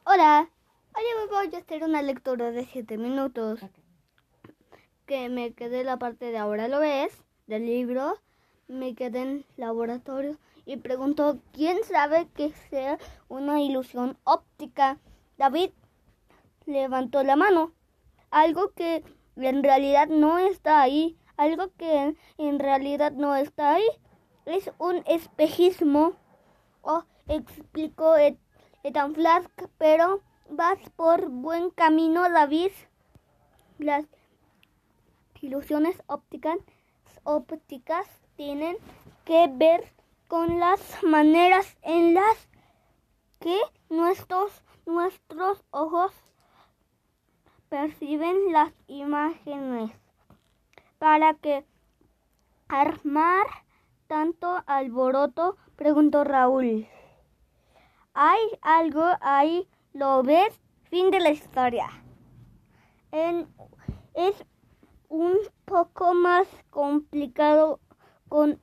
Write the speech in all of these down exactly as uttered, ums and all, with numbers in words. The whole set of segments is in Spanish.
Hola, hoy voy a hacer una lectura de siete minutos. Okay. Que me quedé en la parte de ahora lo ves del libro. Me quedé en laboratorio y preguntó quién sabe que sea una ilusión óptica. David levantó la mano. Algo que en realidad no está ahí. Algo que en realidad no está ahí. Es un espejismo. Oh, explicó Ethan Flask, pero vas por buen camino, David. Las ilusiones ópticas, ópticas tienen que ver con las maneras en las que nuestros, nuestros ojos perciben las imágenes. ¿Para qué armar tanto alboroto?, preguntó Raúl. ¿Hay algo ahí? ¿Lo ves? Fin de la historia. En, es un poco más complicado, con,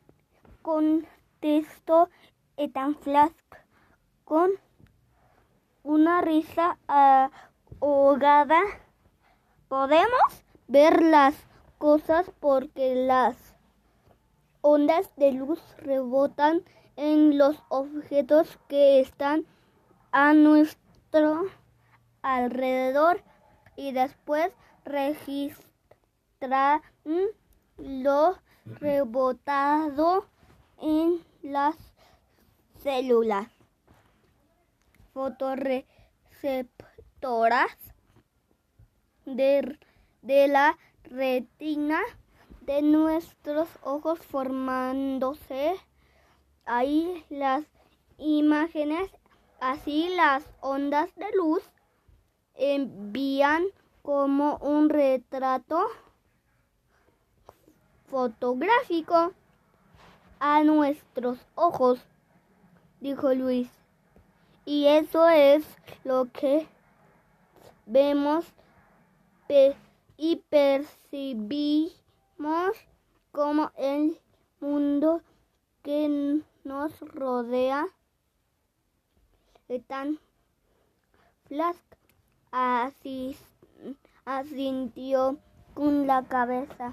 contestó Ethan Flask con una risa ahogada. Podemos ver las cosas porque las ondas de luz rebotan en los objetos que están a nuestro alrededor y después registran lo rebotado en las células fotorreceptoras de, de la retina de nuestros ojos, formándose ahí las imágenes. Así las ondas de luz envían como un retrato fotográfico a nuestros ojos, dijo Luis. Y eso es lo que vemos pe- y percibimos como el mundo que nos rodea. Ethan Flask así asintió con la cabeza.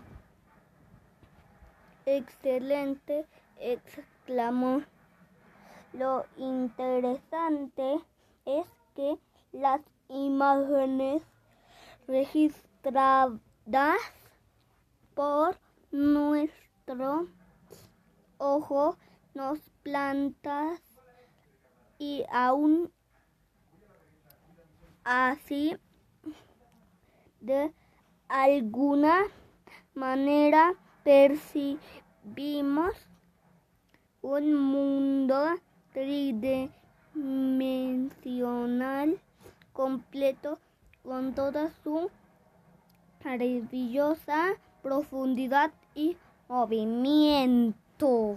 Excelente, exclamó. Lo interesante es que las imágenes registradas por nuestro ojo nos plantan y aún así de alguna manera percibimos un mundo tridimensional completo con toda su maravillosa profundidad y movimiento.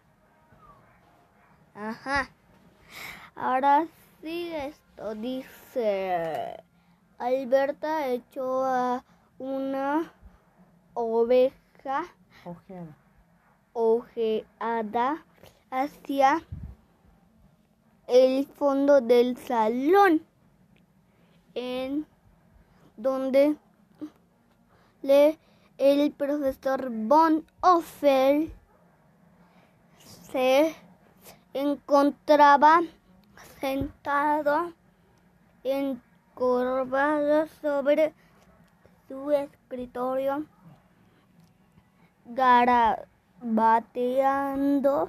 Ajá. Ahora sí, esto dice: Alberta echó a una oveja Ojeada. ojeada hacia el fondo del salón, en donde le, el profesor Von Oefel se encontraba sentado encorvado sobre su escritorio, garabateando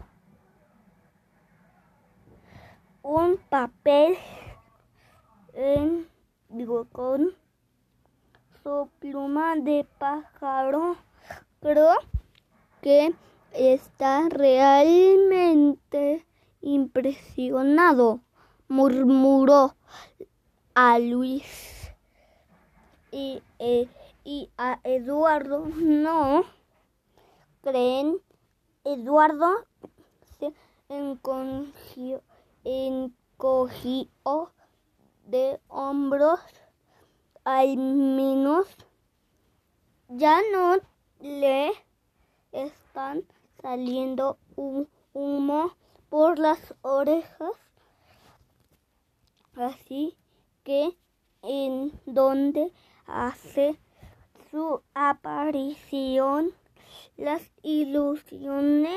un papel en, digo, con su pluma de pájaro. Creo que está realmente impresionado, murmuró a Luis y, eh, y a Eduardo. ¿No creen? Eduardo se encogió, encogió de hombros. Al menos ya no le están saliendo un humo por las orejas. Así que en donde hace su aparición las ilusiones,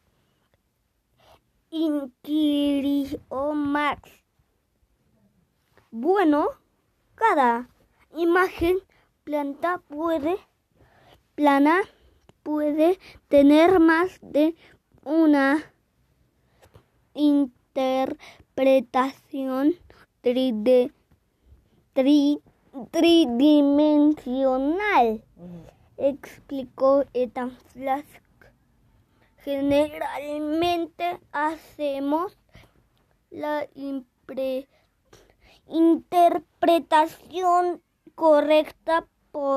inquirió Max. Bueno, cada imagen planta puede, plana puede tener más de una interpretación tride, tri, tridimensional, explicó Ethan Flask. Generalmente hacemos la impre, interpretación correcta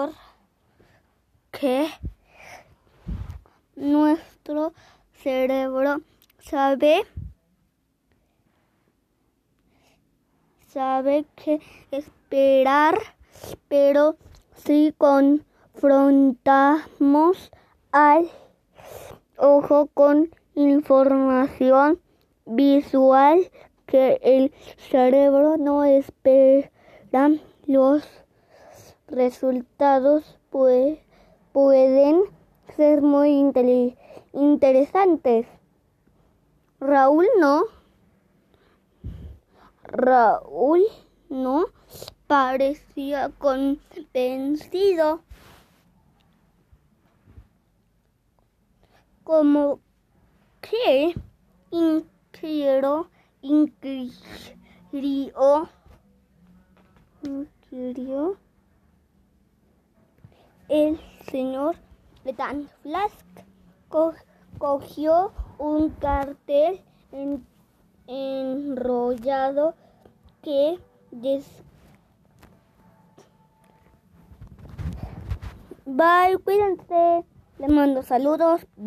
porque nuestro cerebro sabe sabe qué esperar, pero si confrontamos al ojo con información visual que el cerebro no espera, los resultados pues, pueden ser muy interesantes. Raúl no. Raúl no parecía convencido. Como que inquirió, inquirió, inquirió el señor Ethan Flask. Co cogió un cartel en, enrollado que des Bye, cuídense. Les mando saludos.